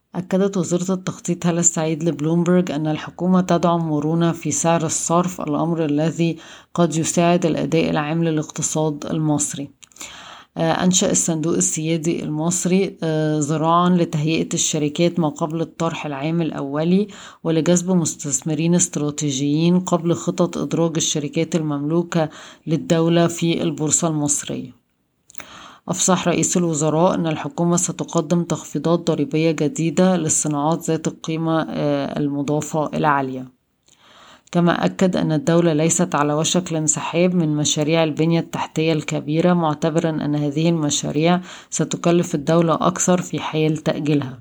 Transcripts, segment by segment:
أكدت وزيرة التخطيط هالة السعيد لبلومبرج أن الحكومة تدعم مرونة في سعر الصرف، الأمر الذي قد يساعد الأداء العام للاقتصاد المصري. أنشأ الصندوق السيادي المصري ذراعا لتهيئة الشركات ما قبل الطرح العام الأولي ولجذب مستثمرين استراتيجيين قبل خطط إدراج الشركات المملوكة للدولة في البورصة المصرية. أفصح رئيس الوزراء أن الحكومة ستقدم تخفيضات ضريبية جديدة للصناعات ذات القيمة المضافة العالية. كما أكد أن الدولة ليست على وشك الانسحاب من مشاريع البنية التحتية الكبيرة، معتبرا أن هذه المشاريع ستكلف الدولة أكثر في حال تأجيلها.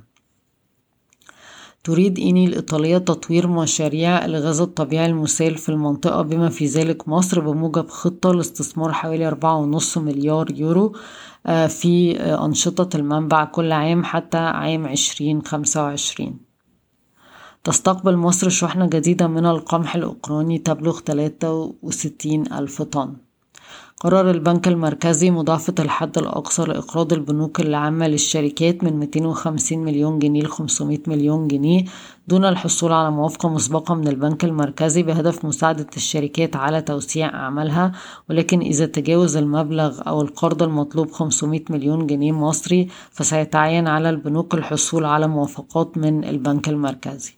تريد إيني الإيطالية تطوير مشاريع الغاز الطبيعي المسال في المنطقة بما في ذلك مصر بموجب خطة لاستثمار حوالي 4.5 مليار يورو في أنشطة المنبع كل عام حتى عام 2025. تستقبل مصر شحنة جديدة من القمح الأوكراني تبلغ 63 ألف طن. قرر البنك المركزي مضاعفة الحد الأقصى لإقراض البنوك العامة للشركات من 250 مليون جنيه ل 500 مليون جنيه دون الحصول على موافقة مسبقة من البنك المركزي بهدف مساعدة الشركات على توسيع أعمالها، ولكن إذا تجاوز المبلغ أو القرض المطلوب 500 مليون جنيه مصري فسيتعين على البنوك الحصول على موافقات من البنك المركزي.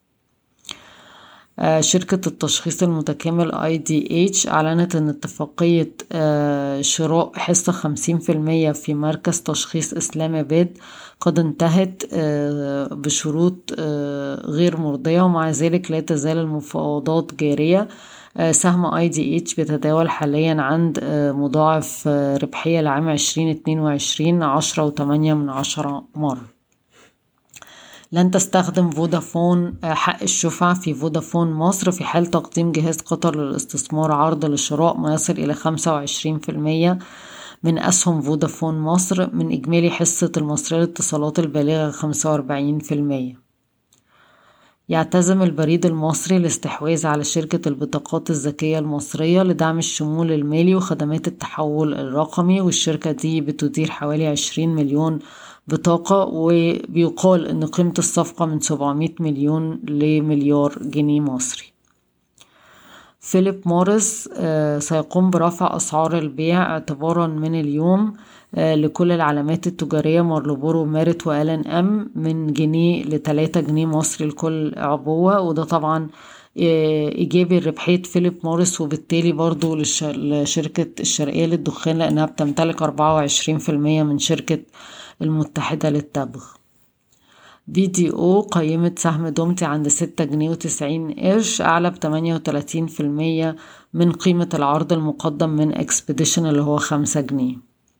شركة التشخيص المتكامل IDH أعلنت أن اتفاقية شراء حصة 50% في مركز تشخيص إسلام آباد قد انتهت بشروط غير مرضية، ومع ذلك لا تزال المفاوضات جارية. سهم IDH بيتداول حاليا عند مضاعف ربحية لعام 2022 10.8 مرة. لن تستخدم فودافون حق الشفعة في فودافون مصر في حال تقديم جهاز قطر للاستثمار عرض لشراء ما يصل إلى 25% من أسهم فودافون مصر من إجمالي حصة المصرية للاتصالات البالغة 45%. يعتزم البريد المصري الاستحواذ على شركة البطاقات الذكية المصرية لدعم الشمول المالي وخدمات التحول الرقمي، والشركة دي بتدير حوالي 20 مليون بطاقة، وبيقال أن قيمة الصفقة من 700 مليون لمليار جنيه مصري. فيليب موريس سيقوم برفع أسعار البيع اعتبارا من اليوم لكل العلامات التجارية مارلبورو ومارت وآلان من جنيه ل3 جنيه مصري لكل عبوة، وده طبعا إيجابي لربحية فيليب موريس وبالتالي برضو لشركة الشرقية للدخان لأنها بتمتلك 24% من شركة المتحدة للتبغ. BDO قيمت سهم دومتي عند 6.90 أعلى ب38% من قيمة العرض المقدم من اكسبيديشن اللي هو 5 جنيه.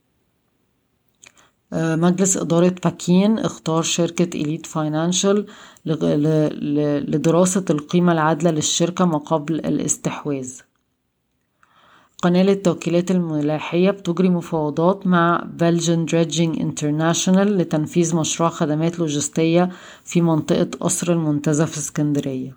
مجلس إدارة باكين اختار شركة إليت فاينانشال لدراسة القيمة العادلة للشركة ما قبل الاستحواذ. قناة التوكيلات الملاحية بتجري مفاوضات مع بلجن دريدجينج انترناشونال لتنفيذ مشروع خدمات لوجستية في منطقة قصر المنتزه في اسكندرية.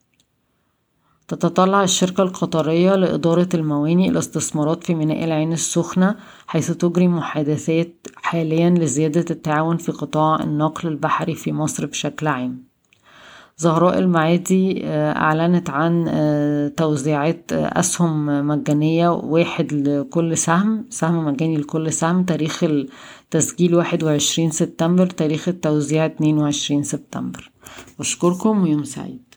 تتطلع الشركة القطرية لإدارة الموانئ الاستثمارات في ميناء العين السخنة، حيث تجري محادثات حاليا لزيادة التعاون في قطاع النقل البحري في مصر بشكل عام. زهراء المعادي أعلنت عن توزيعات أسهم مجانية 1 لكل سهم مجاني لكل سهم. تاريخ التسجيل 21 سبتمبر، تاريخ التوزيع 22 سبتمبر. بشكركم ويوم سعيد.